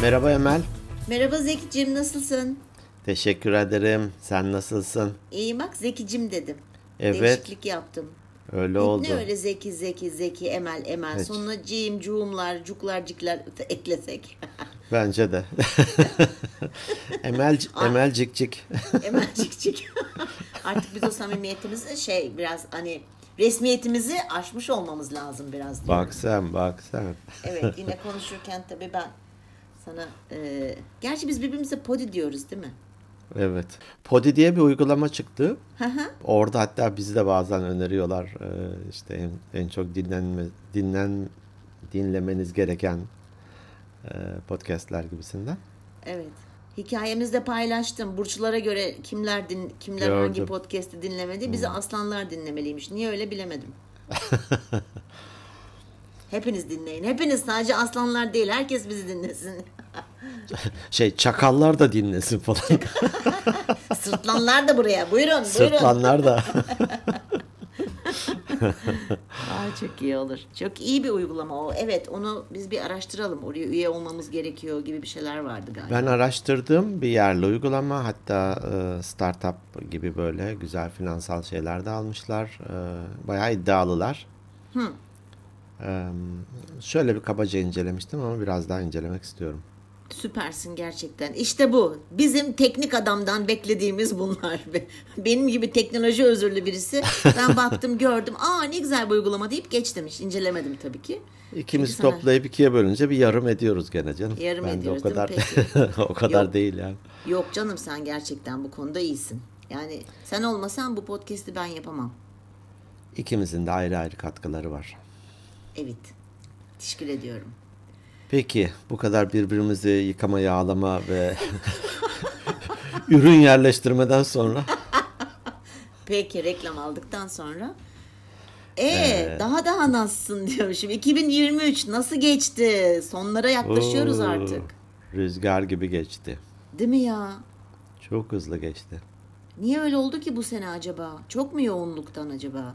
Merhaba Emel. Merhaba Zekicim, nasılsın? Teşekkür ederim. Sen nasılsın? İyi bak, Zekicim dedim. Evet, Değişiklik yaptım. öyle Ne oldu. öyle Zeki, Emel. Hiç. Sonuna cim, cuğumlar, cuklar, cikler eklesek. Bence de. Emel, A- Emelcikcik. Emelcikcik. Artık biz o samimiyetimizi biraz hani resmiyetimizi aşmış olmamız lazım biraz diyorum. Bak sen. Evet, yine konuşurken tabii ben sana... gerçi biz birbirimize podi diyoruz değil mi? Evet. Podi diye bir uygulama çıktı. Hı hı. Orada hatta bizi de bazen öneriyorlar. İşte en çok dinlemeniz gereken podcastler gibisinden. Evet. Hikayemizde paylaştım. Burçlara göre kimler hangi Gördüm. podcast'i dinlemedi. Bizi aslanlar dinlemeliymiş. Niye öyle bilemedim. Hepiniz dinleyin. Hepiniz, sadece aslanlar değil. Herkes bizi dinlesin. Çakallar da dinlesin falan. Sırtlanlar da buraya. Buyurun. Sırtlanlar da. Ay, çok iyi olur. Çok iyi bir uygulama o. Evet, onu biz bir araştıralım. Oraya üye olmamız gerekiyor gibi bir şeyler vardı galiba. Ben araştırdım, bir yerli uygulama, hatta startup gibi böyle güzel finansal şeyler de almışlar. Bayağı iddialılar. E, Şöyle bir kabaca incelemiştim ama biraz daha incelemek istiyorum. Süpersin gerçekten. İşte bu. Bizim teknik adamdan beklediğimiz bunlar. Benim gibi teknoloji özürlü birisi. Ben baktım, gördüm. Aa, ne güzel bir uygulama deyip geçtim. Hiç incelemedim tabii ki. Çünkü İkimizi sana toplayıp ikiye bölünce bir yarım ediyoruz gene canım. yarım Ben de o ediyoruz değil mi? kadar Peki. o kadar Yok. değil yani. Yok canım, sen gerçekten bu konuda iyisin. Yani sen olmasan bu podcast'i ben yapamam. İkimizin de ayrı ayrı katkıları var. Evet. Teşekkür ediyorum. Peki, bu kadar birbirimizi yıkama, yağlama ve ürün yerleştirmeden sonra Peki, reklam aldıktan sonra. Daha nasılsın diyormuşum. 2023 nasıl geçti? Sonlara yaklaşıyoruz Oo, artık. rüzgar gibi geçti. Değil mi ya? Çok hızlı geçti. Niye öyle oldu ki bu sene acaba? Çok mu yoğunluktan acaba?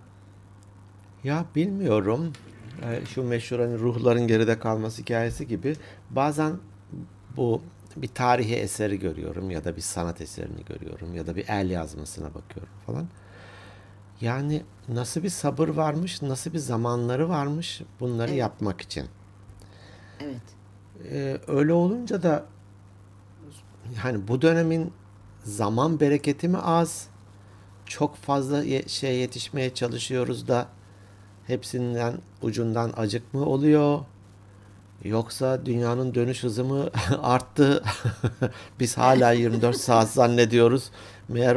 Ya bilmiyorum. Şu meşhur hani ruhların geride kalması hikayesi gibi bazen bu bir tarihi eseri görüyorum ya da bir sanat eserini görüyorum ya da bir el yazmasına bakıyorum falan. Yani nasıl bir sabır varmış, nasıl bir zamanları varmış bunları Evet, yapmak için. evet, Öyle olunca da hani bu dönemin zaman bereketi mi az, çok fazla şey yetişmeye çalışıyoruz da hepsinden ucundan acık mı oluyor? Yoksa dünyanın dönüş hızı mı arttı? Biz hala 24 saat zannediyoruz. Meğer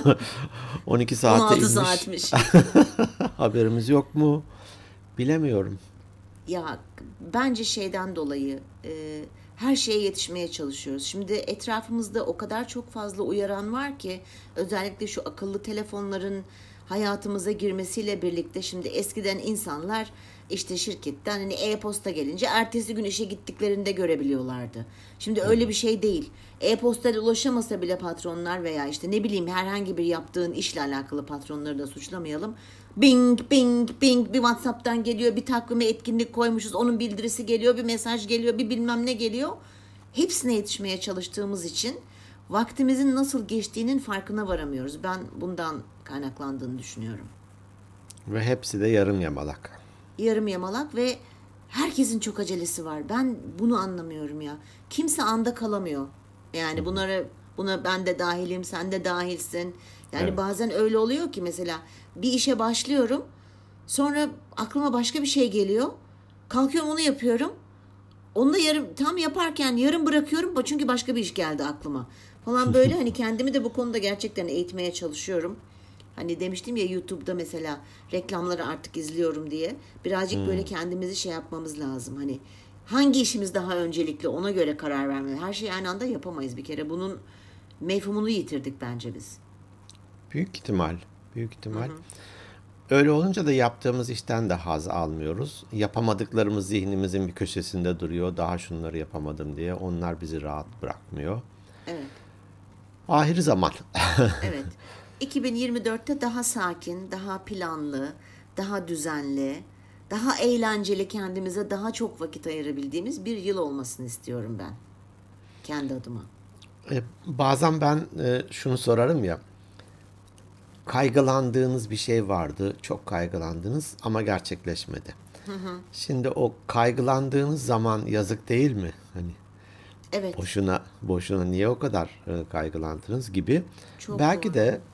12 saate 16 inmiş. saatmiş. Haberimiz yok mu? Bilemiyorum. Ya, bence şeyden dolayı her şeye yetişmeye çalışıyoruz. Şimdi etrafımızda o kadar çok fazla uyaran var ki, özellikle şu akıllı telefonların hayatımıza girmesiyle birlikte, şimdi eskiden insanlar işte şirketten hani e-posta gelince ertesi gün işe gittiklerinde görebiliyorlardı. Şimdi öyle bir şey değil. E-postayla ulaşamasa bile patronlar veya işte ne bileyim herhangi bir yaptığın işle alakalı patronları da suçlamayalım. Bing bing bing, bir WhatsApp'tan geliyor, bir takvime etkinlik koymuşuz, onun bildirisi geliyor, bir mesaj geliyor, bir bilmem ne geliyor. Hepsine yetişmeye çalıştığımız için vaktimizin nasıl geçtiğinin farkına varamıyoruz. Ben bundan kaynaklandığını düşünüyorum. Ve hepsi de yarım yamalak. Yarım yamalak ve herkesin çok acelesi var. Ben bunu anlamıyorum ya. Kimse anda kalamıyor. Yani buna ben de dahilim, sen de dahilsin. Yani Evet. bazen öyle oluyor ki, mesela bir işe başlıyorum. Sonra aklıma başka bir şey geliyor. Kalkıyorum, onu yapıyorum. Onu da tam yaparken yarım bırakıyorum çünkü başka bir iş geldi aklıma. Falan böyle, hani kendimi de bu konuda gerçekten eğitmeye çalışıyorum. Hani demiştim ya, YouTube'da mesela reklamları artık izliyorum diye. Birazcık böyle kendimizi şey yapmamız lazım. Hani hangi işimiz daha öncelikli, ona göre karar vermeli. Her şeyi aynı anda yapamayız bir kere. Bunun mefhumunu yitirdik bence biz. Büyük ihtimal. Büyük ihtimal. Öyle olunca da yaptığımız işten de haz almıyoruz. Yapamadıklarımız zihnimizin bir köşesinde duruyor. Daha şunları yapamadım diye. Onlar bizi rahat bırakmıyor. Evet. Ahir zaman. Evet. 2024'te daha sakin, daha planlı, daha düzenli, daha eğlenceli, kendimize daha çok vakit ayırabildiğimiz bir yıl olmasını istiyorum ben. kendi adıma. Bazen ben şunu sorarım ya, kaygılandığınız bir şey vardı, çok kaygılandınız ama gerçekleşmedi. Şimdi o kaygılandığınız zaman yazık değil mi? Hani Evet, boşuna niye o kadar kaygılandınız gibi. çok Belki doğru. de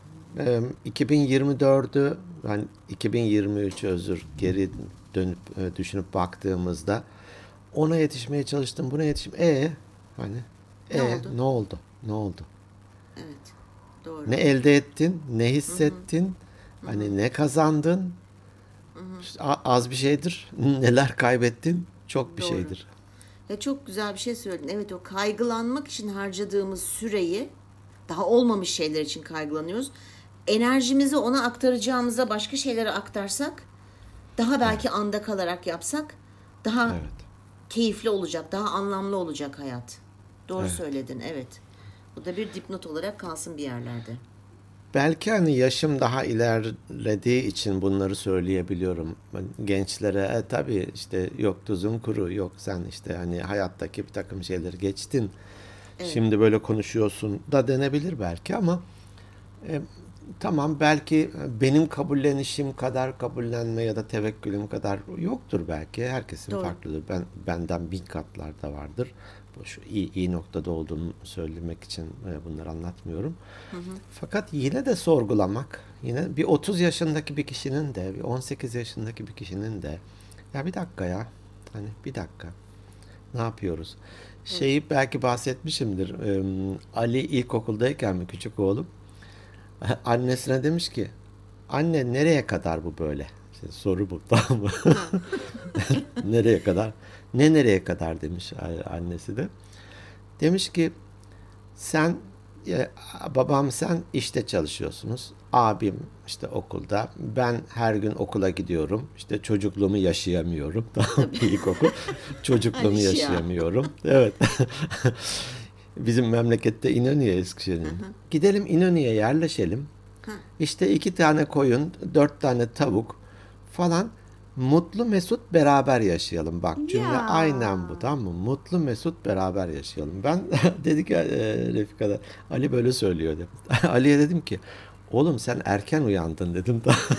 2024'ü, hani 2023'ü geri dönüp düşünüp baktığımızda ona yetişmeye çalıştım, buna yetişim. Hani Ne oldu? ne oldu? Ne oldu? Evet, doğru. Ne elde ettin? Ne hissettin? Hani ne kazandın? İşte az bir şeydir. Neler kaybettin? Çok bir Doğru. şeydir. Ya çok güzel bir şey söyledin. Evet, o kaygılanmak için harcadığımız süreyi, daha olmamış şeyler için kaygılanıyoruz. Enerjimizi ona aktaracağımıza başka şeylere aktarsak, daha belki Evet. anda kalarak yapsak daha Evet. keyifli olacak, daha anlamlı olacak hayat. Doğru Evet. söyledin, evet. Bu da bir dipnot olarak kalsın bir yerlerde. Belki hani yaşım daha ilerlediği için bunları söyleyebiliyorum. Ben gençlere tabii işte yok tuzun kuru, yok sen işte hani hayattaki bir takım şeyleri geçtin. Evet, Şimdi böyle konuşuyorsun da denebilir belki ama e, tamam, belki benim kabullenişim kadar kabullenme ya da tevekkülüm kadar yoktur belki. Herkesin doğru. farklıdır. Benden bin katlarda vardır. Şu iyi noktada olduğunu söylemek için bunları anlatmıyorum. Fakat yine de sorgulamak, yine bir 30 yaşındaki bir kişinin de, bir 18 yaşındaki bir kişinin de, ya bir dakika ya, hani bir dakika, ne yapıyoruz? Evet. Şeyi belki bahsetmişimdir. Ali ilkokuldayken mi, küçük oğlum, annesine demiş ki, anne nereye kadar bu böyle? İşte soru bu, tamam mı? Ha. Nereye kadar? Nereye kadar demiş annesi de. Demiş ki, sen e, babam sen işte çalışıyorsunuz. Abim işte okulda. Ben her gün okula gidiyorum. İşte çocukluğumu yaşayamıyorum. Tamam, Tabii. ilkokul. Çocukluğumu Aliş ya. yaşayamıyorum. Evet. Bizim memlekette İnönü'ye, Eskişehir'in. Gidelim İnönü'ye yerleşelim. Ha. İşte 2 tane koyun, 4 tane tavuk falan. Mutlu mesut beraber yaşayalım. Bak, cümle aynen bu, Ya. tamam mı? Mutlu mesut beraber yaşayalım. Ben dedik ya, Refika da, Ali böyle söylüyor dedim. Ali'ye dedim ki, oğlum sen erken uyandın dedim.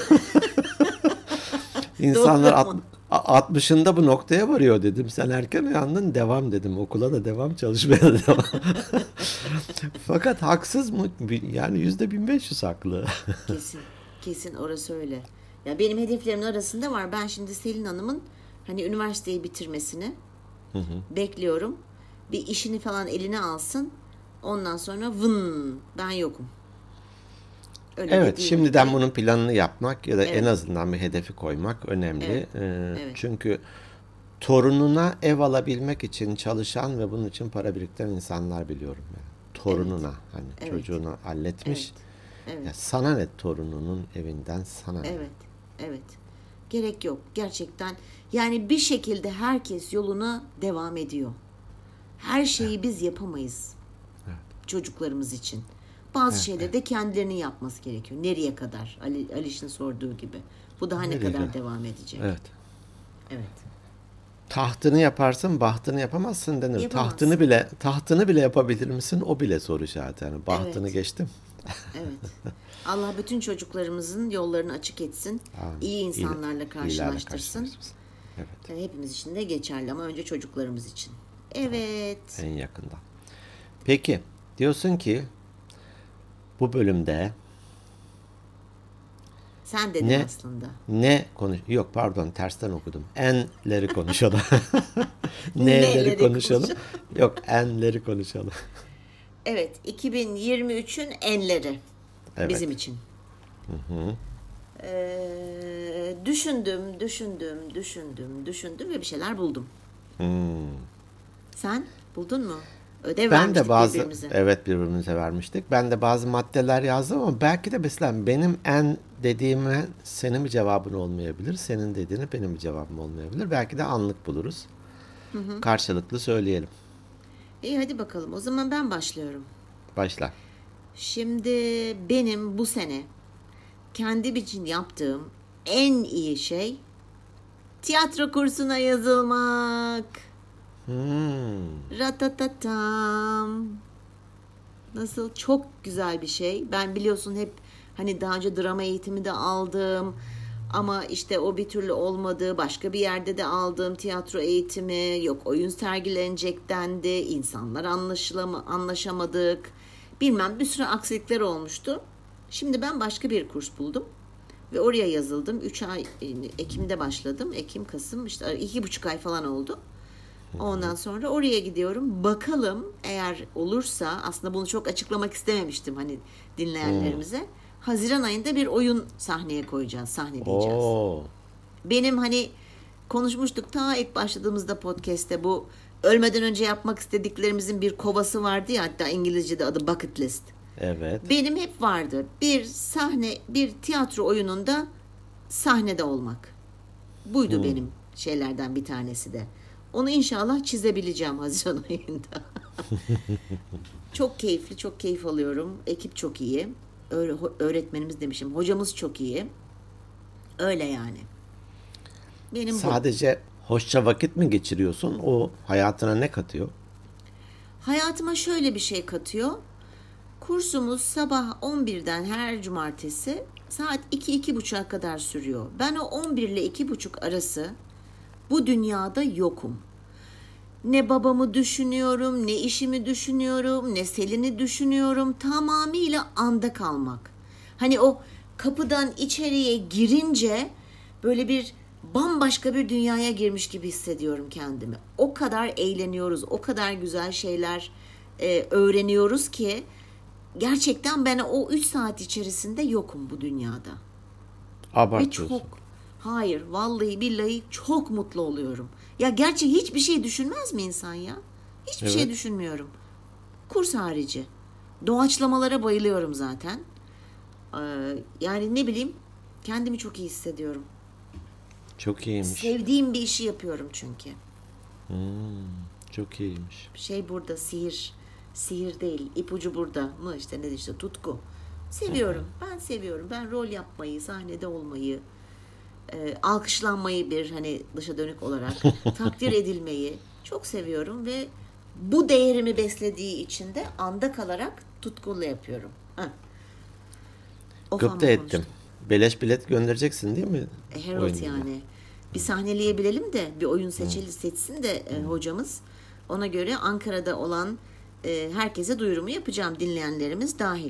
İnsanlar Doğru mu? 60'ında bu noktaya varıyor dedim. Sen erken uyandın, devam dedim. Okula da devam, çalışmaya da devam. Fakat haksız mı? Yani %1500 haklı. Kesin. Kesin orası öyle. Ya benim hedeflerimin arasında var. Ben şimdi Selin Hanım'ın hani üniversiteyi bitirmesini bekliyorum. Bir işini falan eline alsın. Ondan sonra vın ben yokum. Öyle de Evet, diyelim şimdiden ki bunun planını yapmak ya da en evet, azından bir hedefi koymak önemli. evet, evet, Çünkü torununa ev alabilmek için çalışan ve bunun için para biriktiren insanlar biliyorum yani. evet, Torununa, hani evet, çocuğunu evet, halletmiş. Ya evet, sana ne torununun evinden, sana ne? evet, evet. Gerek yok gerçekten. Yani bir şekilde herkes yoluna devam ediyor. Her şeyi biz yapamayız çocuklarımız için. Bazı Evet, şeyleri evet. de kendilerinin yapması gerekiyor. Nereye kadar? Aliş'in sorduğu gibi. Bu daha ne Nereye kadar kadar? devam edecek? Evet. Evet. Tahtını yaparsın, bahtını yapamazsın denir. Tahtını Yapamazsın. bile tahtını bile yapabilir misin? O bile soru işareti. Yani bahtını Evet. geçtim. Evet. Allah bütün çocuklarımızın yollarını açık etsin. Amin. İyi insanlarla İyilerle karşılaştırsın. karşılaşırsın. Evet. Yani hepimiz için de geçerli ama önce çocuklarımız için. Evet. En yakında. Peki, diyorsun ki bu bölümde Sen dedin ne aslında. yok, pardon, tersten okudum. Enleri konuşalım. Neleri Neleri konuşalım? konuşalım? Yok, enleri konuşalım. Evet, 2023'ün enleri Evet. bizim için. Düşündüm ve bir şeyler buldum. Sen buldun mu? Ödev Ben de vermiştik bazı, birbirimize. evet, birbirimize vermiştik. Ben de bazı maddeler yazdım ama belki de mesela benim en dediğime senin bir cevabın olmayabilir. Senin dediğine benim bir cevabım olmayabilir. Belki de anlık buluruz. Karşılıklı söyleyelim. İyi hadi bakalım. O zaman ben başlıyorum. Başla. Şimdi benim bu sene kendim için yaptığım en iyi şey tiyatro kursuna yazılmak. Ratatatam. Nasıl? Çok güzel bir şey. Ben biliyorsun hep hani daha önce drama eğitimi de aldım. Ama işte o bir türlü olmadı. Başka bir yerde de aldığım tiyatro eğitimi. Yok oyun sergilenecek dendi. İnsanlar anlaşamadık. Bilmem bir sürü aksilikler olmuştu. Şimdi ben başka bir kurs buldum. Ve oraya yazıldım. 3 ay Ekim'de başladım. Ekim, Kasım işte 2,5 ay falan oldu. Ondan sonra oraya gidiyorum. Bakalım eğer olursa aslında bunu çok açıklamak istememiştim hani dinleyenlerimize. Haziran ayında bir oyun sahneleyeceğiz. Oo. Benim hani konuşmuştuk ta ilk başladığımızda podcast'te bu ölmeden önce yapmak istediklerimizin bir kovası vardı ya hatta İngilizce'de adı bucket list. Evet. Benim hep vardı. Bir tiyatro oyununda sahnede olmak. Buydu benim şeylerden bir tanesi de. Onu inşallah çizebileceğim Haziran ayında. Çok keyifli, çok keyif alıyorum. Ekip çok iyi. Öğretmenimiz demişim. Hocamız çok iyi. Öyle yani. Benim bu. Sadece hoşça vakit mi geçiriyorsun? O hayatına ne katıyor? Hayatıma şöyle bir şey katıyor. Kursumuz sabah 11'den her cumartesi saat 2-2.30'a kadar sürüyor. Ben o 11 ile 2.30 arası bu dünyada yokum. Ne babamı düşünüyorum, ne işimi düşünüyorum, ne Selin'i düşünüyorum. Tamamıyla anda kalmak. Hani o kapıdan içeriye girince böyle bir bambaşka bir dünyaya girmiş gibi hissediyorum kendimi. O kadar eğleniyoruz, o kadar güzel şeyler öğreniyoruz ki gerçekten ben o 3 saat içerisinde yokum bu dünyada. Ve Abartıyorsun. hayır vallahi billahi çok mutlu oluyorum. Ya gerçi hiçbir şey düşünmez mi insan ya? Hiçbir şey Evet. düşünmüyorum. Kurs harici. Doğaçlamalara bayılıyorum zaten. Yani ne bileyim kendimi çok iyi hissediyorum. Çok iyiymiş. Sevdiğim bir işi yapıyorum çünkü. Çok iyiymiş. Şey burada sihir. Sihir değil. İpucu burada mı işte ne işte tutku. Seviyorum. Ben seviyorum. Ben rol yapmayı, sahnede olmayı, alkışlanmayı bir hani dışa dönük olarak takdir edilmeyi çok seviyorum ve bu değerimi beslediği için de anda kalarak tutkuyla yapıyorum. Of Gıpta amma ettim. konuştum. Beleş bilet göndereceksin değil mi? Herald Oyununa. yani. Bir sahneleyebilelim de bir oyun seçsin de hocamız. Ona göre Ankara'da olan herkese duyurumu yapacağım dinleyenlerimiz dahil.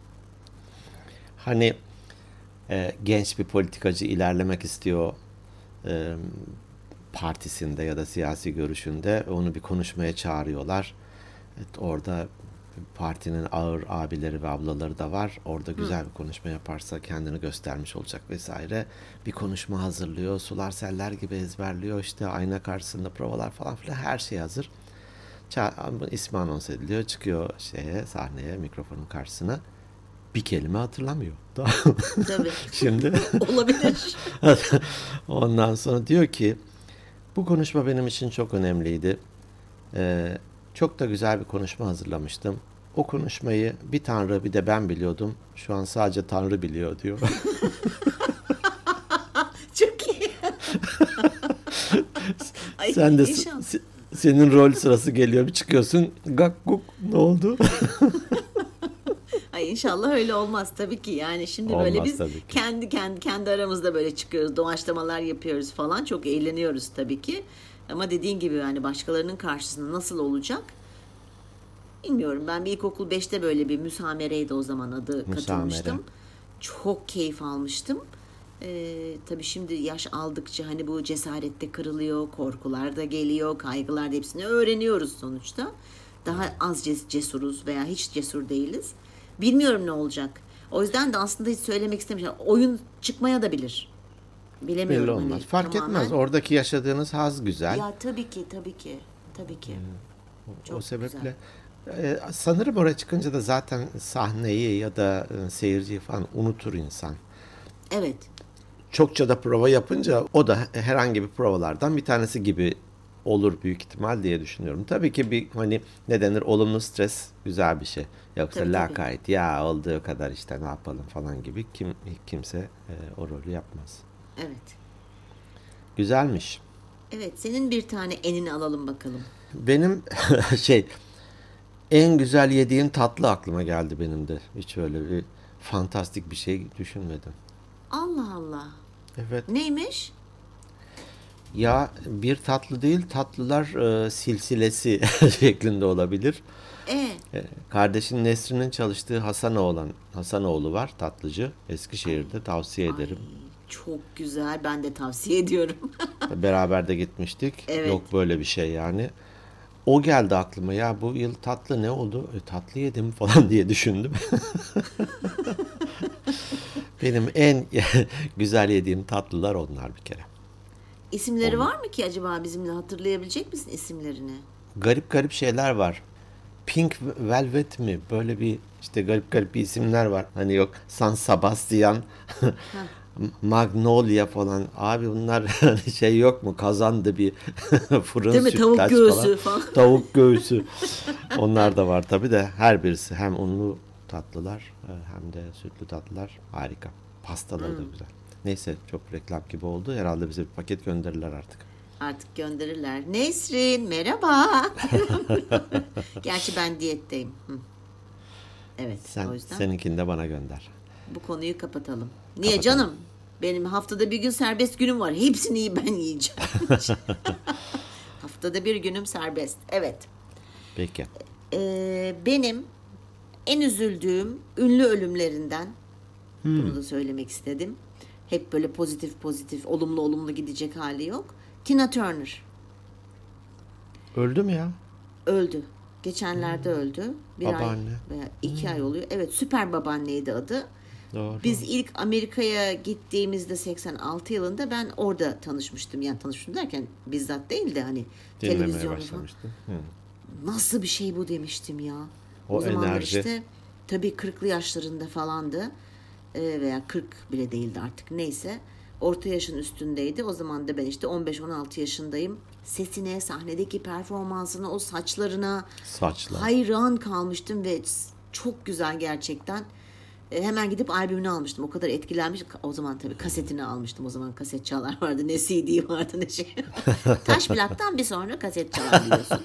Hani genç bir politikacı ilerlemek istiyor e, partisinde ya da siyasi görüşünde onu bir konuşmaya çağırıyorlar. Evet, orada partinin ağır abileri ve ablaları da var. Orada güzel bir konuşma yaparsa kendini göstermiş olacak vesaire. Bir konuşma hazırlıyor. Sular seller gibi ezberliyor. İşte ayna karşısında provalar falan filan her şey hazır. İsmi anons ediliyor. Çıkıyor sahneye, mikrofonun karşısına. Bir kelime hatırlamıyor. Tabii. Şimdi Olabilir. ondan sonra diyor ki bu konuşma benim için çok önemliydi. Çok da güzel bir konuşma hazırlamıştım. O konuşmayı bir Tanrı bir de ben biliyordum. Şu an sadece Tanrı biliyor diyor. Çok iyi. Ay, Sen de inşallah. senin rol sırası geliyor bir çıkıyorsun. Gak guk ne oldu? Ay inşallah öyle olmaz tabii ki. Yani şimdi Olmaz böyle biz tabii ki. kendi aramızda böyle çıkıyoruz, doğaçlamalar yapıyoruz falan. Çok eğleniyoruz tabii ki. Ama dediğin gibi yani başkalarının karşısında nasıl olacak? Bilmiyorum. Ben bir ilkokul 5'te böyle bir müsamereydi o zaman adı katılmıştım. Çok keyif almıştım. Tabii şimdi yaş aldıkça hani bu cesaret de kırılıyor, korkular da geliyor, kaygılar da hepsini öğreniyoruz sonuçta. Daha az cesuruz veya hiç cesur değiliz. Bilmiyorum ne olacak. O yüzden de aslında hiç söylemek istemiyorum. Oyun çıkmaya da bilir. Belli Bilemiyorum olmaz. hani Fark tamamen. etmez. Oradaki yaşadığınız haz güzel. Ya tabii ki, tabii ki, tabii ki. Çok O sebeple güzel. sanırım oraya çıkınca da zaten sahneyi ya da seyirciyi falan unutur insan. Evet, Çokça da prova yapınca o da herhangi bir provalardan bir tanesi gibi olur büyük ihtimal diye düşünüyorum. Tabii ki bir hani ne denir olumlu stres güzel bir şey. Yoksa tabii tabii. lakayt ya olduğu kadar işte ne yapalım falan gibi kimse o rolü yapmaz. Evet. Güzelmiş. Evet, senin bir tane enini alalım bakalım. Benim şey en güzel yediğim tatlı aklıma geldi benim de. Hiç öyle bir fantastik bir şey düşünmedim. Allah Allah. Evet. Neymiş? Ya bir tatlı değil, tatlılar silsilesi şeklinde olabilir. E, Kardeşin Nesrin'in çalıştığı Hasanoğlu var, tatlıcı. Eskişehir'de, tavsiye ay ederim. çok güzel. Ben de tavsiye ediyorum. Beraber de gitmiştik. Evet. Yok böyle bir şey yani. O geldi aklıma, ya bu yıl tatlı ne oldu? Tatlı yedim falan diye düşündüm. Benim en güzel yediğim tatlılar onlar bir kere. İsimleri On, var mı ki acaba, bizimle hatırlayabilecek misin isimlerini? garip garip şeyler var. Pink Velvet mi? Böyle bir işte garip garip bir isimler var. Hani yok San Sebastian, Heh. Magnolia falan. Abi bunlar hani şey yok mu? Kazandı bir fırın Değil mi? Tavuk sütlaç falan. göğsü falan. Tavuk göğsü. Onlar da var tabii de her birisi hem unlu tatlılar hem de sütlü tatlılar harika. Pastaları da güzel. Neyse çok reklam gibi oldu. Herhalde bize bir paket gönderirler artık. Artık gönderirler. Nesrin merhaba. Gerçi ben diyetteyim. Hı. Evet, o yüzden Seninkini de bana gönder. bu konuyu kapatalım. Niye Kapatalım. canım? Benim haftada bir gün serbest günüm var. Hepsini ben yiyeceğim. Haftada bir günüm serbest. Evet. Peki. Benim en üzüldüğüm ünlü ölümlerinden, bunu da söylemek istedim. Hep böyle pozitif pozitif, olumlu olumlu gidecek hali yok. Tina Turner Öldü mü ya? öldü. Geçenlerde öldü. Bir ay Babaanne. veya 2 ay oluyor. Evet, Süper Babaanneydi adı. Doğru. Biz ilk Amerika'ya gittiğimizde 86 yılında ben orada tanışmıştım. Yani tanıştım derken bizzat değil de hani Dinlemeye televizyonda falan. başlamıştım. Nasıl bir şey bu demiştim ya. O O zamanlar enerji. işte tabii 40'lı yaşlarında falandı. Veya 40 bile değildi artık, neyse. Orta yaşın üstündeydi. O zaman da ben işte 15-16 yaşındayım. Sesine, sahnedeki performansına, o saçlarına Saçlar. hayran kalmıştım ve çok güzel gerçekten. Hemen gidip albümünü almıştım. O kadar etkilenmiş. O zaman tabii kasetini almıştım. O zaman kaset çalar vardı. Ne CD vardı ne şey. Taş plaktan bir sonra kaset çalar biliyorsun.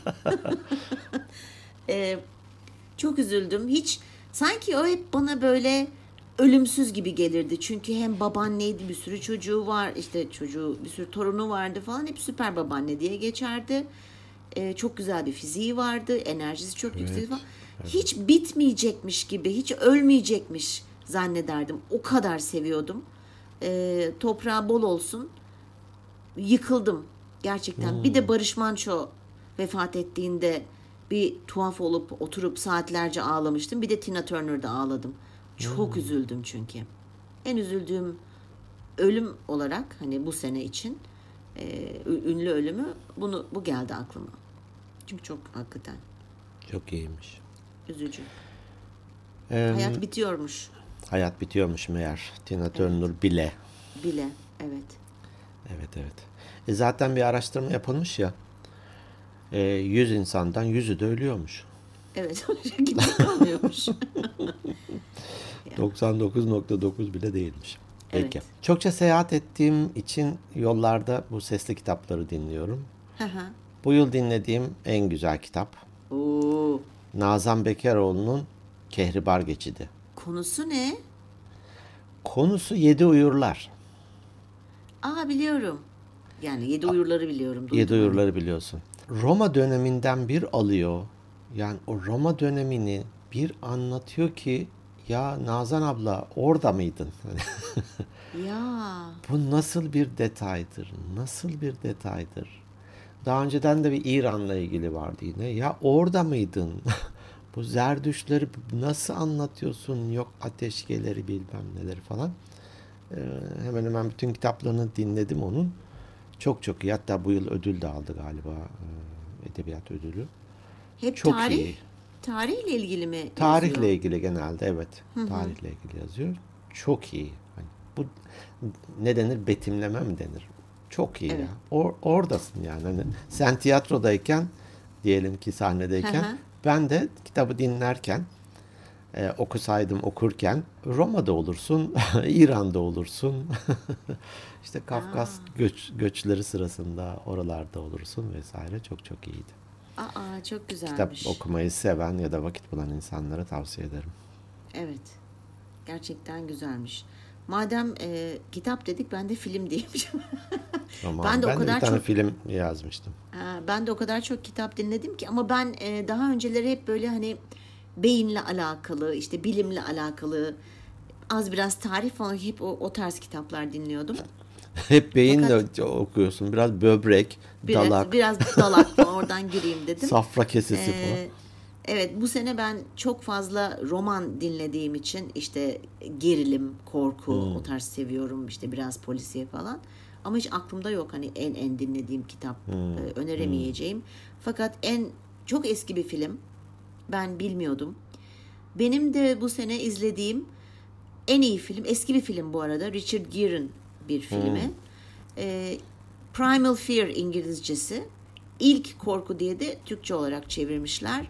Çok üzüldüm. Hiç sanki o hep bana böyle ölümsüz gibi gelirdi. Çünkü hem babaanneydi, bir sürü çocuğu var. İşte çocuğu, bir sürü torunu vardı falan. Hep süper babaanne diye geçerdi. Çok güzel bir fiziği vardı. Enerjisi çok yüksek falan. Hiç bitmeyecekmiş gibi, hiç ölmeyecekmiş zannederdim. O kadar seviyordum. Toprağı bol olsun. Yıkıldım gerçekten. Bir de Barış Manço vefat ettiğinde bir tuhaf olup oturup saatlerce ağlamıştım. Bir de Tina Turner'da ağladım. Çok üzüldüm çünkü. En üzüldüğüm ölüm olarak hani bu sene için ünlü ölümü, bu geldi aklıma. Çünkü çok hakikaten Çok iyiymiş. üzücü. Ee, Hayat bitiyormuş hayat bitiyormuş meğer. Tina Evet. Turner bile. bile. Evet. Evet evet. Zaten bir araştırma yapılmış ya. 100 insandan 100'ü de ölüyormuş. Evet. O şekilde kalmıyormuş. Ya. 99,9 bile değilmiş. Peki. Evet. Çokça seyahat ettiğim için yollarda bu sesli kitapları dinliyorum. Hı hı. Bu yıl dinlediğim en güzel kitap Oo. Nazan Bekaroğlu'nun Kehribar Geçidi. Konusu ne? Konusu 7 uyurlar. Biliyorum. Yani Yedi Uyurları biliyorum. 7 Duydum hani. uyurları biliyorsun. Roma döneminden bir alıyor. Yani o Roma dönemini bir anlatıyor ki ya Nazan abla orada mıydın? Hani Ya. bu nasıl bir detaydır? Nasıl bir detaydır? Daha önceden de bir İran'la ilgili vardı yine. Ya orada mıydın? Bu Zerdüştleri nasıl anlatıyorsun? Yok ateşkeleri bilmem neleri falan. Hemen hemen bütün kitaplarını dinledim onun. Çok çok iyi. Hatta bu yıl ödül de aldı galiba. Edebiyat ödülü. Hep Çok tarih. iyi. Tarihle ilgili mi yazıyor? Tarihle ilgili genelde evet. Tarihle ilgili yazıyor. Çok iyi. Hani bu ne denir? Betimleme mi denir? Çok iyi Evet. ya. Oradasın yani. Hani sen tiyatrodayken diyelim ki sahnedeyken Hı hı. ben de kitabı dinlerken okusaydım okurken Roma'da olursun, İran'da olursun. İşte Kafkas Aa, göçleri sırasında oralarda olursun vesaire. Çok çok iyiydi. aa, çok Kitap güzelmiş. okumayı seven ya da vakit bulan insanlara tavsiye ederim. Evet, gerçekten güzelmiş. Madem kitap dedik, ben de film diyeyim. Ben Tamam. de o Ben de bir kadar tane çok film yazmıştım. ben de o kadar çok kitap dinledim ki, ama ben daha önceleri hep böyle hani beyinle alakalı, işte bilimle alakalı, az biraz tarih falan, hep o tarz kitaplar dinliyordum. Hep Fakat beyinle okuyorsun. Biraz böbrek, dalak, biraz dalak falan, oradan gireyim dedim. safra kesesi falan. Ee, evet, bu sene ben çok fazla roman dinlediğim için, işte gerilim, korku, o tarz seviyorum, işte biraz polisiye falan. Ama hiç aklımda yok hani en dinlediğim kitap, öneremeyeceğim. Fakat çok eski bir film. Ben bilmiyordum. Benim de bu sene izlediğim en iyi film, eski bir film bu arada. Richard Gere'ın bir filmi. Ee, Primal Fear İngilizcesi. İlk Korku diye de Türkçe olarak çevirmişler.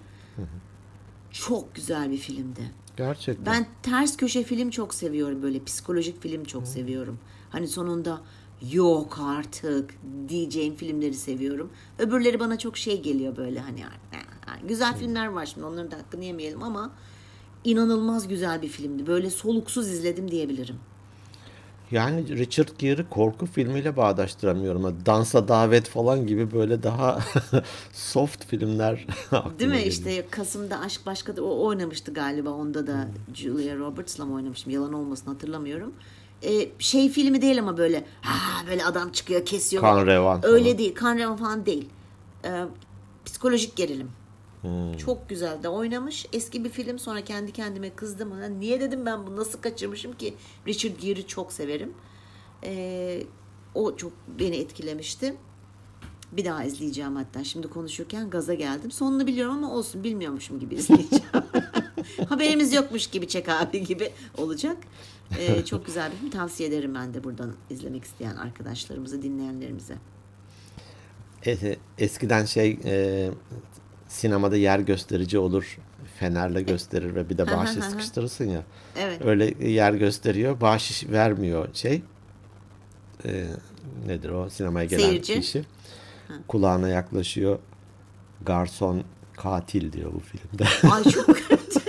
Çok güzel bir filmdi. Gerçekten. Ben ters köşe film çok seviyorum, böyle psikolojik film çok seviyorum. Hani sonunda yok artık diyeceğim filmleri seviyorum. Öbürleri bana çok şey geliyor, böyle hani güzel filmler var, şimdi onların da hakkını yemeyelim, ama inanılmaz güzel bir filmdi. Böyle soluksuz izledim diyebilirim. Yani Richard Gere'ı korku filmiyle bağdaştıramıyorum. Dansa Davet falan gibi böyle daha soft filmler Değil aklıma mi? geliyor. İşte Kasım'da Aşk Başka'da o oynamıştı galiba. Onda da Julia Roberts'la mı oynamıştım? Yalan olmasın, hatırlamıyorum. Şey filmi değil ama böyle böyle adam çıkıyor kesiyor. Kan revan falan. Öyle değil. Kan revan falan değil. Ee, Psikolojik gerilim. Çok güzel de oynamış. Eski bir film, sonra kendi kendime kızdım. Niye dedim, ben bunu nasıl kaçırmışım ki? Richard Gere'ı çok severim. Ee, O çok beni etkilemişti. Bir daha izleyeceğim hatta. Şimdi konuşurken gaza geldim. Sonunu biliyorum ama olsun, bilmiyormuşum gibi izleyeceğim. Haberimiz yokmuş gibi, çek abi gibi olacak. Çok güzel bir film. Tavsiye ederim ben de buradan, izlemek isteyen arkadaşlarımıza, dinleyenlerimize. Eskiden sinemada yer gösterici olur. Fenerle gösterir ve bir de bahşiş sıkıştırırsın ya. Evet. Öyle yer gösteriyor. Bahşiş vermiyor e, nedir o sinemaya gelen Seyirci. kişi. Kulağına yaklaşıyor. Garson katil diyor bu filmde. Ay çok kötü.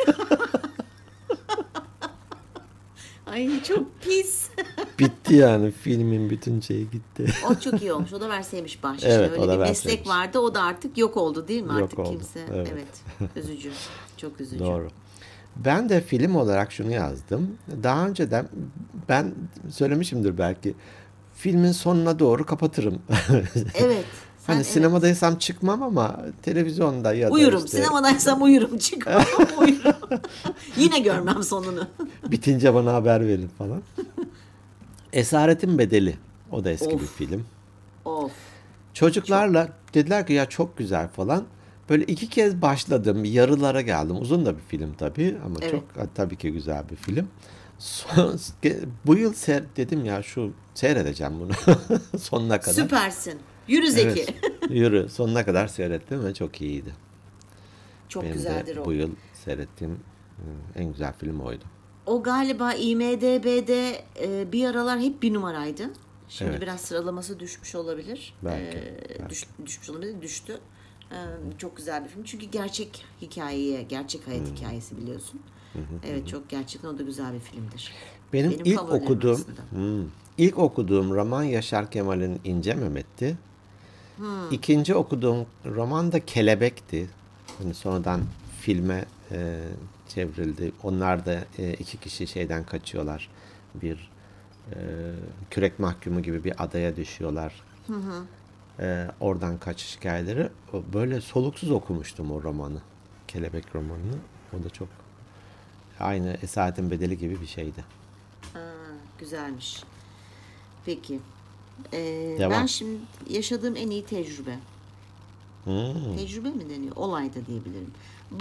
Ay çok pis. Bitti yani filmin bütün şeyi gitti. O çok iyi olmuş. O da verseymiş bahşişini. Evet, o Öyle da bir meslek verseymiş. vardı. O da artık yok oldu değil mi? Yok Artık oldu. kimse. Evet. Evet. Üzücü. Çok üzücü. Doğru. Ben de film olarak şunu yazdım. Daha önceden ben söylemişimdir belki. Filmin sonuna doğru kapatırım. Evet. Hani Sen, evet. sinemadaysam çıkmam ama televizyonda ya da Uyurum. işte Sinemadaysam uyurum. Çıkmam ama uyurum. Yine görmem sonunu. bitince bana haber verin falan. Esaretin Bedeli. O da eski bir Of. film. Of. Çok. Çocuklarla dediler ki ya çok güzel falan. Böyle iki kez başladım. Yarılara geldim. Uzun da bir film tabii ama Evet. çok tabii ki güzel bir film. Bu yıl dedim ya şu seyredeceğim bunu sonuna kadar. Süpersin. Yürü Zeki. Evet. Yürü sonuna kadar seyrettim ve çok iyiydi. Çok Benim de güzeldir o. bu yıl seyrettiğim en güzel film oydu. O galiba IMDb'de bir aralar hep bir numaraydı. Şimdi Evet. biraz sıralaması düşmüş olabilir. Belki. Belki. Düşmüş olabilir. Düştü. Çok güzel bir film. Çünkü gerçek hikayeye, gerçek hayat hikayesi, biliyorsun. Evet, çok gerçekten o da güzel bir filmdir. Benim Benim favorilerim arasında. ilk okuduğum roman Yaşar Kemal'in İnce Mehmet'ti. İkinci okuduğum roman da Kelebek'ti. Hani sonradan filme çevrildi. Onlar da iki kişi şeyden kaçıyorlar. Bir e, kürek mahkumu gibi bir adaya düşüyorlar. Oradan kaçış hikayeleri. Böyle soluksuz okumuştum o romanı. Kelebek romanını. O da çok aynı Esaretin Bedeli gibi bir şeydi. Güzelmiş. Peki. Ben Devam. şimdi yaşadığım en iyi tecrübe. Tecrübe mi deniyor? Olay da diyebilirim.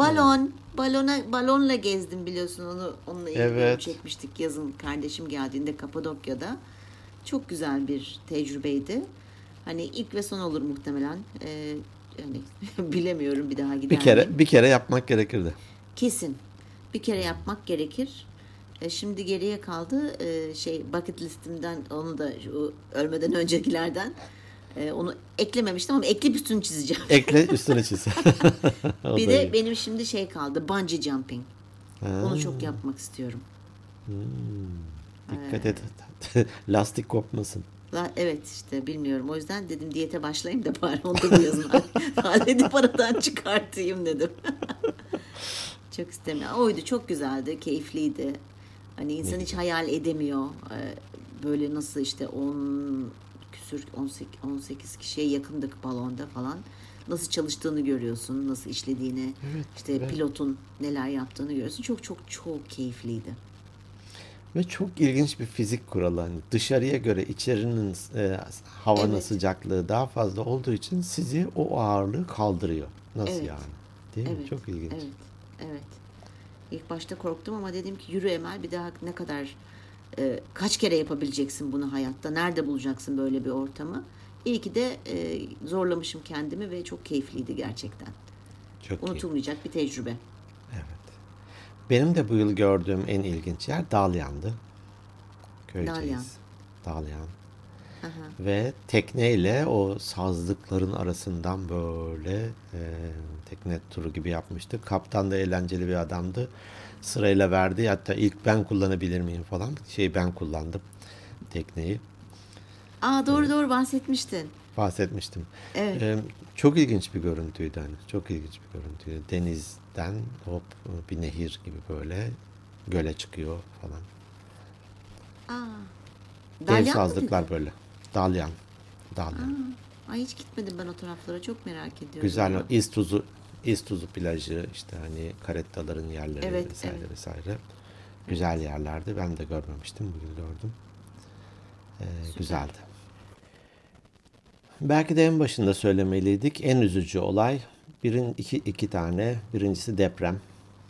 Balonla gezdim, biliyorsun, onunla ilgili Evet. çekmiştik yazın, kardeşim geldiğinde Kapadokya'da. Çok güzel bir tecrübeydi. Hani ilk ve son olur muhtemelen. Yani bilemiyorum, bir daha Bir gider miyim? kere yapmak gerekirdi. Kesin. Bir kere yapmak gerekir. Şimdi geriye kaldı bucket listimden, onu da ölmeden öncekilerden onu eklememiştim ama ekleyip üstünü çizeceğim. Ekle üstüne çiz. O Bir da de iyi. benim şimdi kaldı, bungee jumping. Ha, Onu çok yapmak istiyorum. dikkat et. Lastik kopmasın. Evet, işte bilmiyorum. O yüzden dedim diyete başlayayım da bari onu da bu yazın halledip aradan çıkartayım dedim. Çok istemiyorum. Oydu, çok güzeldi, keyifliydi. Hani insan hiç hayal edemiyor. Böyle nasıl işte 10 küsür 18 kişiye yakındık balonda falan. Nasıl çalıştığını görüyorsun, nasıl işlediğini, işte pilotun neler yaptığını görüyorsun. Çok çok çok keyifliydi. Ve çok ilginç bir fizik kuralı. Hani dışarıya göre içerinin havanın Evet, sıcaklığı daha fazla olduğu için sizi o ağırlığı kaldırıyor. Nasıl evet, yani? Değil mi? evet, Çok ilginç. evet, evet. İlk başta korktum ama dedim ki yürü Emel, bir daha ne kadar kaç kere yapabileceksin bunu hayatta? Nerede bulacaksın böyle bir ortamı? İyi ki de zorlamışım kendimi ve çok keyifliydi gerçekten. Çok iyi. Unutulmayacak bir tecrübe. Evet. Benim de bu yıl gördüğüm en ilginç yer Dalyan'dı. Dalyan. Köyceğiz. Dalyan. Aha. Ve tekneyle o sazlıkların arasından böyle tekne turu gibi yapmıştık. Kaptan da eğlenceli bir adamdı. Sırayla verdi. Hatta ilk ben kullanabilir miyim falan. Ben kullandım tekneyi. Doğru doğru bahsetmiştin. Bahsetmiştim. Evet. Çok ilginç bir görüntüydü. Hani. Çok ilginç bir görüntüydü. Denizden hop bir nehir gibi böyle göle çıkıyor falan. Aa, Dev Dalyan mı dedin? sazlıklar böyle. Dalyan. Dalyan. Ay, hiç gitmedim ben o taraflara. Çok merak ediyorum Güzel o ya. İztuzu plajı işte hani karettaların yerleri Evet, vesaire evet, vesaire. evet. Güzel yerlerdi. Ben de görmemiştim. Bugün gördüm. Süper. Güzeldi. Belki de en başında söylemeliydik. En üzücü olay iki tane. Birincisi deprem.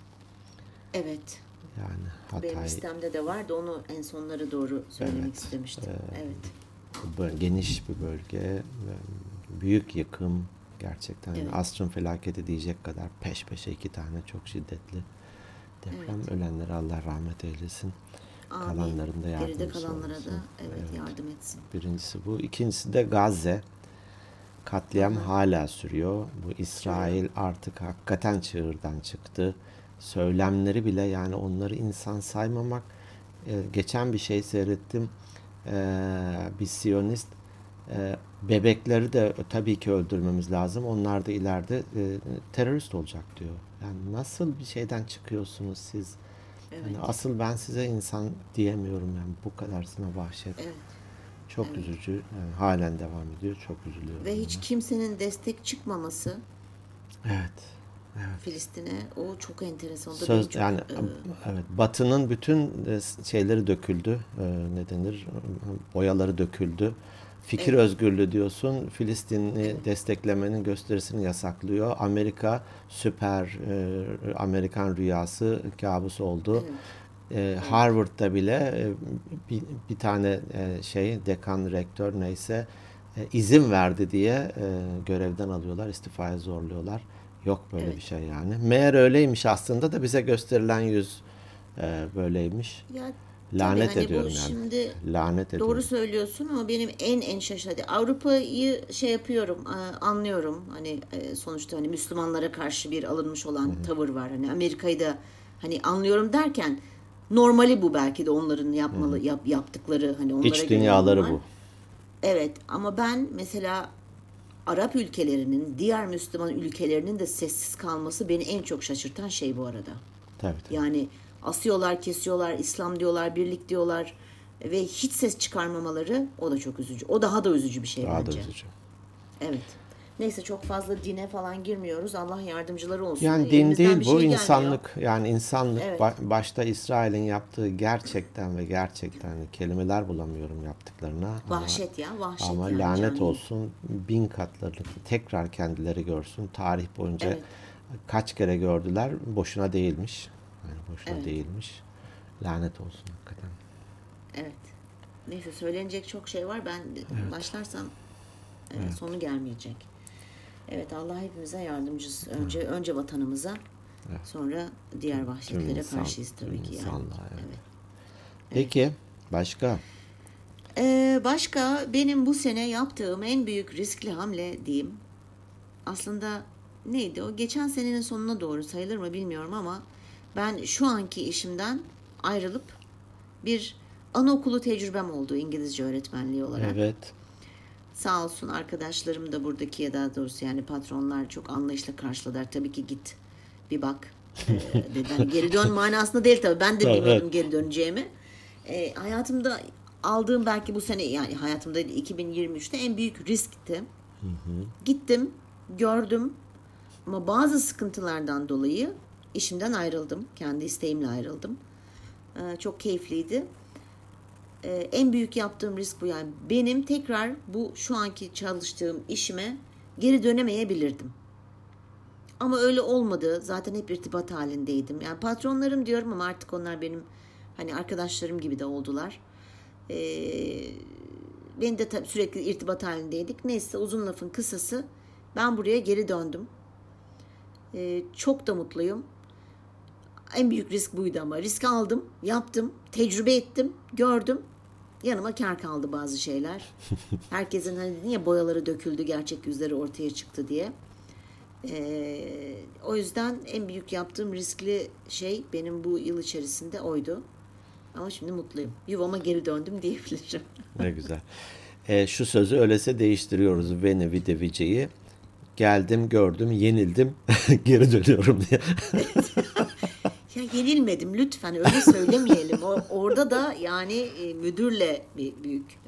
Evet. Yani Benim Hatay, listemde de vardı. Onu en sonlara doğru söylemek evet. istemiştim. Evet. Geniş bir bölge. Büyük yıkım. Gerçekten yani Evet. asrın felaketi diyecek kadar peş peşe iki tane çok şiddetli deprem. Evet. Ölenlere Allah rahmet eylesin. Amin. Kalanların da Geride yardımcısı kalanlara da olsun. evet Evet. yardım etsin. Birincisi bu. İkincisi de Gazze. Katliam Aha, hala sürüyor. Bu sürüyor. İsrail artık hakikaten çığırdan çıktı. Söylemleri bile yani onları insan saymamak. Geçen bir şey seyrettim. Bir Siyonist bebekleri de tabii ki öldürmemiz lazım. Onlar da ileride terörist olacak diyor. Yani nasıl bir şeyden çıkıyorsunuz siz? Yani Evet. asıl ben size insan diyemiyorum yani bu kadarsına vahşet. Evet. Çok Evet. üzücü. Yani halen devam ediyor. Çok üzülüyorum Ve hiç buna. kimsenin destek çıkması Evet. Evet. Filistin'e, o çok enteresan. O da beni Söz çok yani evet Batı'nın bütün şeyleri döküldü. Ne denir? Boyaları döküldü. Fikir evet, özgürlüğü diyorsun. Filistin'i evet, desteklemenin gösterisini yasaklıyor. Amerika süper Amerikan rüyası kabus oldu. evet, evet, Harvard'da bile bir tane dekan, rektör neyse izin verdi diye görevden alıyorlar, istifaya zorluyorlar. Yok böyle bir evet. şey yani. Meğer öyleymiş aslında da bize gösterilen yüz böyleymiş. Ya tabii Lanet hani bu ediyorum yani. şimdi Lanet doğru ediyorum. söylüyorsun ama benim en şaşırtıcı Avrupa'yı yapıyorum, anlıyorum. Hani sonuçta hani Müslümanlara karşı bir alınmış olan tavır var. Hani Amerika'yı da hani anlıyorum derken normali bu, belki de onların yaptıkları hani onlara İç göre dünyaları normal. bu. Evet ama ben mesela Arap ülkelerinin, diğer Müslüman ülkelerinin de sessiz kalması beni en çok şaşırtan şey bu arada. Tabii tabii. Yani asıyorlar, kesiyorlar, İslam diyorlar, birlik diyorlar ve hiç ses çıkarmamaları, o da çok üzücü. O daha da üzücü bir şey Daha da bence. üzücü. Evet. Neyse, çok fazla dine falan girmiyoruz. Allah yardımcıları olsun. Yani din Elimizden bir değil bu şey gelmiyor. insanlık. Yani insanlık Evet. başta İsrail'in yaptığı gerçekten ve gerçekten kelimeler bulamıyorum yaptıklarına Vahşet ya, vahşet ama yani lanet cani. olsun bin katlarını tekrar kendileri görsün. Tarih boyunca Evet, kaç kere gördüler boşuna değilmiş. Yani boşuna evet, değilmiş. Lanet olsun hakikaten. evet. Neyse, söylenecek çok şey var. Ben Evet. başlarsam Evet. sonu gelmeyecek. Evet, Allah hepimize yardımcısı. Önce vatanımıza, Sonra diğer vahşetlere karşıyız tabii ki yani. İnsanlığa, evet. Evet. Peki başka? Başka benim bu sene yaptığım en büyük riskli hamle diyeyim. Aslında neydi o? Geçen senenin sonuna doğru sayılır mı bilmiyorum ama ben şu anki işimden ayrılıp bir anaokulu tecrübem oldu İngilizce öğretmenliği olarak. Evet. Sağ olsun arkadaşlarım da buradaki, ya daha doğrusu yani patronlar çok anlayışla karşıladılar. Tabii ki git bir bak dediler. Geri dön manasında değil tabii. Ben de bilmiyordum geri döneceğimi. Hayatımda aldığım belki bu sene, yani hayatımda 2023'te en büyük riskti. Gittim, gördüm ama bazı sıkıntılardan dolayı işimden ayrıldım. Kendi isteğimle ayrıldım. Çok keyifliydi. En büyük yaptığım risk bu yani. Benim tekrar bu şu anki çalıştığım işime geri dönemeyebilirdim. Ama öyle olmadı. Zaten hep irtibat halindeydim. Yani patronlarım diyorum ama artık onlar benim hani arkadaşlarım gibi de oldular. Ben de tabii sürekli irtibat halindeydik. Neyse, uzun lafın kısası, ben buraya geri döndüm. Çok da mutluyum. En büyük risk buydu ama. Risk aldım, yaptım, tecrübe ettim, gördüm. Yanıma kâr kaldı bazı şeyler. Herkesin hani niye boyaları döküldü, gerçek yüzleri ortaya çıktı diye. O yüzden en büyük yaptığım riskli şey benim bu yıl içerisinde oydu. Ama şimdi mutluyum. Yuvama geri döndüm diyebilirim. Ne güzel. Şu sözü öylese değiştiriyoruz. Veni vidi vice'yi. Geldim, gördüm, yenildim, geri dönüyorum diye. Ya yenilmedim lütfen, öyle söylemeyelim. Orada da yani müdürle bir büyük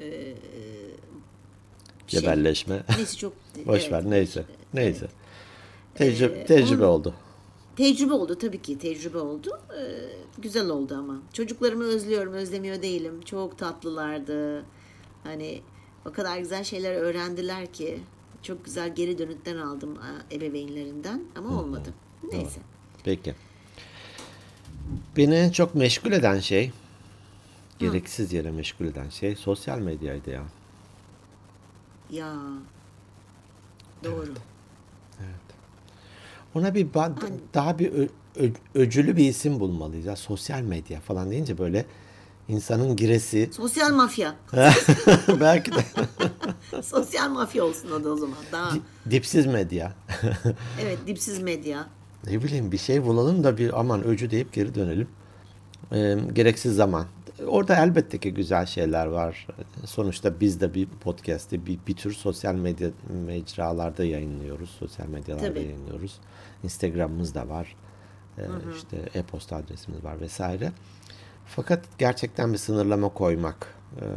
cebelleşme. Neyse çok. Boş ver, neyse. Neyse. Tecrübe oldu. Tecrübe oldu tabii ki, tecrübe oldu. Güzel oldu ama. Çocuklarımı özlüyorum, özlemiyor değilim. Çok tatlılardı. Hani o kadar güzel şeyler öğrendiler ki. Çok güzel geri dönütler aldım ebeveynlerinden ama olmadı. Neyse. Doğru. Peki. Beni en çok meşgul eden şey, gereksiz yere meşgul eden şey sosyal medyaydı ya. Ya. Doğru. Evet. Ona bir daha bir öcülü bir isim bulmalıyız. Ya, sosyal medya falan deyince böyle insanın giresi. Sosyal mafya. Belki de. Sosyal mafya olsun o da o zaman. Daha. Dipsiz medya. Evet, dipsiz medya. Ne bileyim, bir şey bulalım da bir aman öcü deyip geri dönelim. Gereksiz zaman. Orada elbette ki güzel şeyler var. Sonuçta biz de bir podcast'i bir tür sosyal medya mecralarda yayınlıyoruz. Sosyal medyalarda Tabii. yayınlıyoruz. Instagram'ımız da var. İşte e-posta adresimiz var vesaire. Fakat gerçekten bir sınırlama koymak,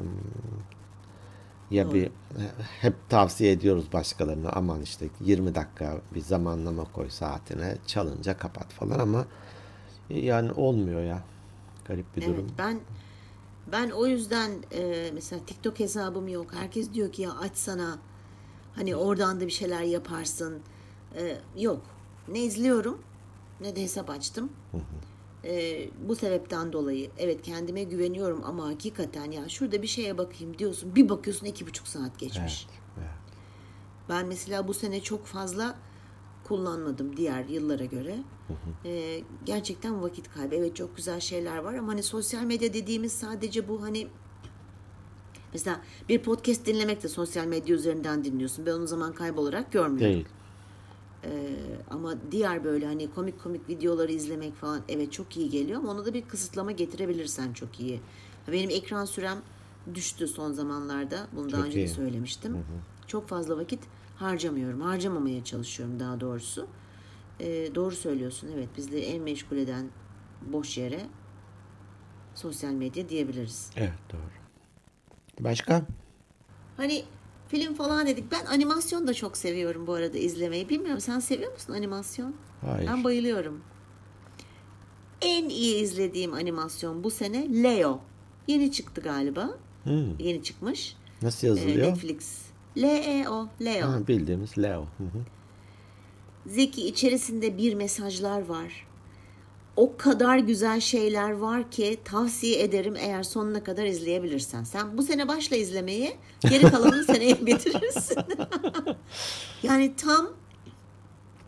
ya bir hep tavsiye ediyoruz başkalarına, aman işte 20 dakika bir zamanlama koy saatine, çalınca kapat falan, ama yani olmuyor ya. Garip bir durum. Ben o yüzden mesela TikTok hesabım yok. Herkes diyor ki ya açsana. Hani oradan da bir şeyler yaparsın. Yok. Ne izliyorum ne de hesap açtım. Bu sebepten dolayı evet, kendime güveniyorum ama hakikaten ya şurada bir şeye bakayım diyorsun. Bir bakıyorsun 2,5 saat geçmiş. Evet. Ben mesela bu sene çok fazla kullanmadım diğer yıllara göre. Gerçekten vakit kaybı. Evet, çok güzel şeyler var ama hani sosyal medya dediğimiz sadece bu, hani mesela bir podcast dinlemek de sosyal medya üzerinden dinliyorsun. Ben onu zaman kaybı olarak görmüyorum. Değil. Ama diğer böyle hani komik videoları izlemek falan evet çok iyi geliyor ama ona da bir kısıtlama getirebilirsen çok iyi. Benim ekran sürem düştü son zamanlarda. Bunu daha önce de söylemiştim. Çok fazla vakit harcamıyorum. Harcamamaya çalışıyorum daha doğrusu. Doğru söylüyorsun. Evet, bizleri en meşgul eden boş yere sosyal medya diyebiliriz. Evet, doğru. Başka? Hani film falan dedik. Ben animasyon da çok seviyorum bu arada izlemeyi. Bilmiyorum, sen seviyor musun animasyon? Hayır. Ben bayılıyorum. En iyi izlediğim animasyon bu sene Leo. Yeni çıktı galiba. Yeni çıkmış. Nasıl yazılıyor? Netflix. Leo. Leo. Ha, bildiğimiz Leo. Zeki, içerisinde bir mesajlar var. O kadar güzel şeyler var ki tavsiye ederim eğer sonuna kadar izleyebilirsen. Sen bu sene başla izlemeye, geri kalanını seneye bitirirsin. Yani tam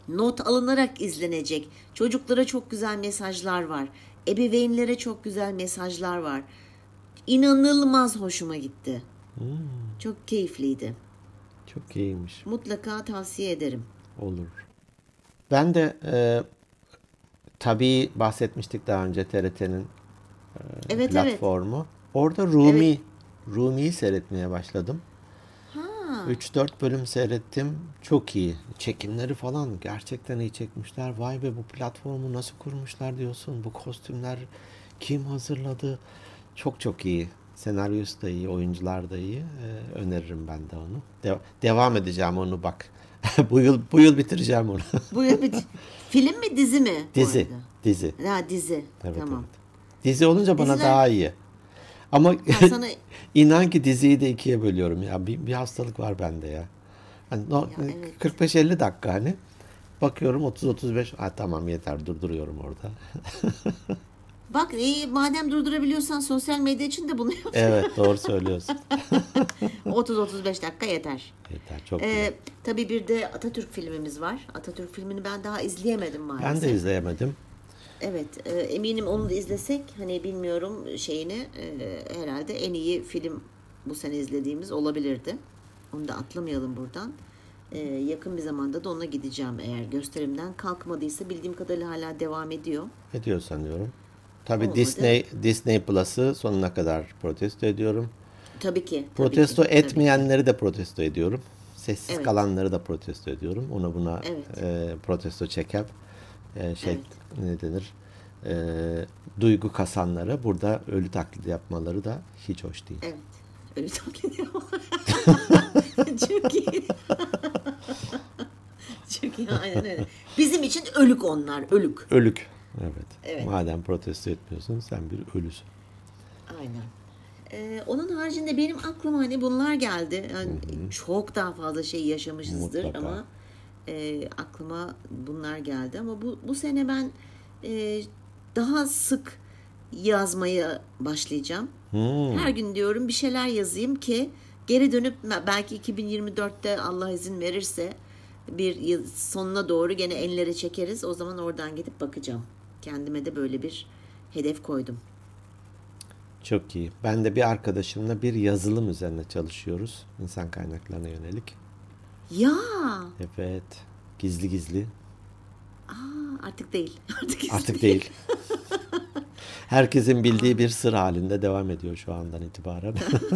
not alınarak izlenecek. Çocuklara çok güzel mesajlar var. Ebeveynlere çok güzel mesajlar var. İnanılmaz hoşuma gitti. Çok keyifliydi. Çok iyiymiş. Mutlaka tavsiye ederim. Olur. Ben de tabii bahsetmiştik daha önce TRT'nin Evet, platformu. Orada Rumi'yi seyretmeye başladım. 3-4 bölüm seyrettim. Çok iyi. Çekimleri falan gerçekten iyi çekmişler. Vay be, bu platformu nasıl kurmuşlar diyorsun. Bu kostümler kim hazırladı? Çok çok iyi. Senaryosu da iyi, oyuncular da iyi. Öneririm ben de onu. Devam edeceğim onu bak. Bu yıl bitireceğim onu. Bu film mi dizi mi? bu Dizi. arada? Dizi. Ha, dizi. Evet, Tamam. evet. Dizi olunca bana Diziler- daha iyi. Ama sana inan ki diziyi de ikiye bölüyorum ya. Bir hastalık var bende ya. Hani evet. 45-50 dakika hani. Bakıyorum 30-35. Tamam yeter, durduruyorum orada. Bak, madem durdurabiliyorsan sosyal medya için de bunu yap. Evet, doğru söylüyorsun. 30-35 dakika yeter. Yeter, çok iyi. Tabii bir de Atatürk filmimiz var. Atatürk filmini ben daha izleyemedim maalesef. Ben de izleyemedim. Evet, eminim onu da izlesek, hani bilmiyorum şeyini, herhalde en iyi film bu sene izlediğimiz olabilirdi. Onu da atlamayalım buradan. Yakın bir zamanda da ona gideceğim, eğer gösterimden kalkmadıysa. Bildiğim kadarıyla hala devam ediyor. Ediyor sanıyorum. Tabii Olmadı. Disney Plus'ı sonuna kadar protesto ediyorum. Tabii ki. Protesto tabii ki. etmeyenleri de protesto ediyorum. Sessiz Evet. kalanları da protesto ediyorum. Ona buna Evet. protesto çeken Evet. ne denir? Duygu kasanlara burada ölü taklidi yapmaları da hiç hoş değil. Evet. Öyle taklit yapıyorlar. Çok iyi. Çok iyi, aynen öyle. Bizim için ölük onlar, ölük. Ölük. Evet. Evet. Madem protesto etmiyorsun, sen bir ölüsün. Aynen. Onun haricinde benim aklıma hani bunlar geldi. Yani çok daha fazla şey yaşamışızdır Mutlaka. ama aklıma bunlar geldi. Ama bu sene ben daha sık yazmaya başlayacağım. Her gün diyorum bir şeyler yazayım ki geri dönüp belki 2024'te Allah izin verirse bir yıl sonuna doğru gene ellere çekeriz. O zaman oradan gidip bakacağım. Kendime de böyle bir hedef koydum. Çok iyi. Ben de bir arkadaşımla bir yazılım üzerine çalışıyoruz. İnsan kaynaklarına yönelik. Ya Evet. Gizli gizli. artık değil. Artık değil. Herkesin bildiği bir sır halinde devam ediyor şu andan itibaren.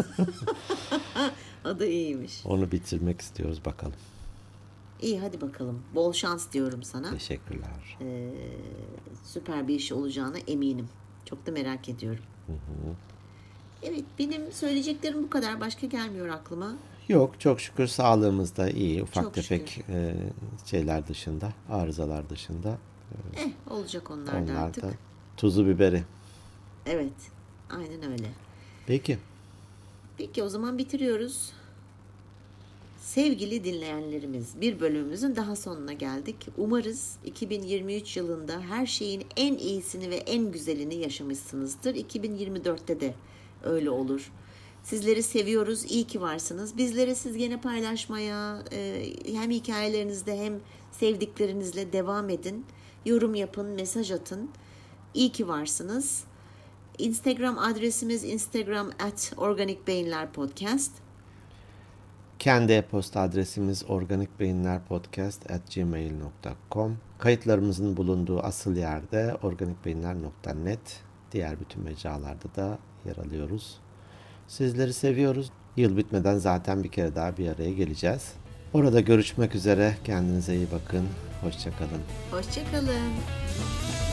O da iyiymiş. Onu bitirmek istiyoruz bakalım. İyi, hadi bakalım. Bol şans diyorum sana. Teşekkürler. Süper bir iş olacağına eminim. Çok da merak ediyorum. Evet, benim söyleyeceklerim bu kadar. Başka gelmiyor aklıma. Yok, çok şükür sağlığımız da iyi. Ufak Çok tefek şeyler dışında, arızalar dışında. Olacak onlar da Onlar artık. da tuzu biberi. Evet, aynen öyle. Peki. Peki, o zaman bitiriyoruz. Sevgili dinleyenlerimiz, bir bölümümüzün daha sonuna geldik. Umarız 2023 yılında her şeyin en iyisini ve en güzelini yaşamışsınızdır. 2024'te de öyle olur. Sizleri seviyoruz, iyi ki varsınız. Bizlere siz gene paylaşmaya, hem hikayelerinizde hem sevdiklerinizle devam edin. Yorum yapın, mesaj atın. İyi ki varsınız. Instagram adresimiz instagram@organikbeyinlerpodcast. Kendi e-posta adresimiz organikbeyinlerpodcast@gmail.com. Kayıtlarımızın bulunduğu asıl yerde organikbeyinler.net. Diğer bütün mecralarda da yer alıyoruz. Sizleri seviyoruz. Yıl bitmeden zaten bir kere daha bir araya geleceğiz. Orada görüşmek üzere. Kendinize iyi bakın. Hoşça kalın. Hoşça kalın.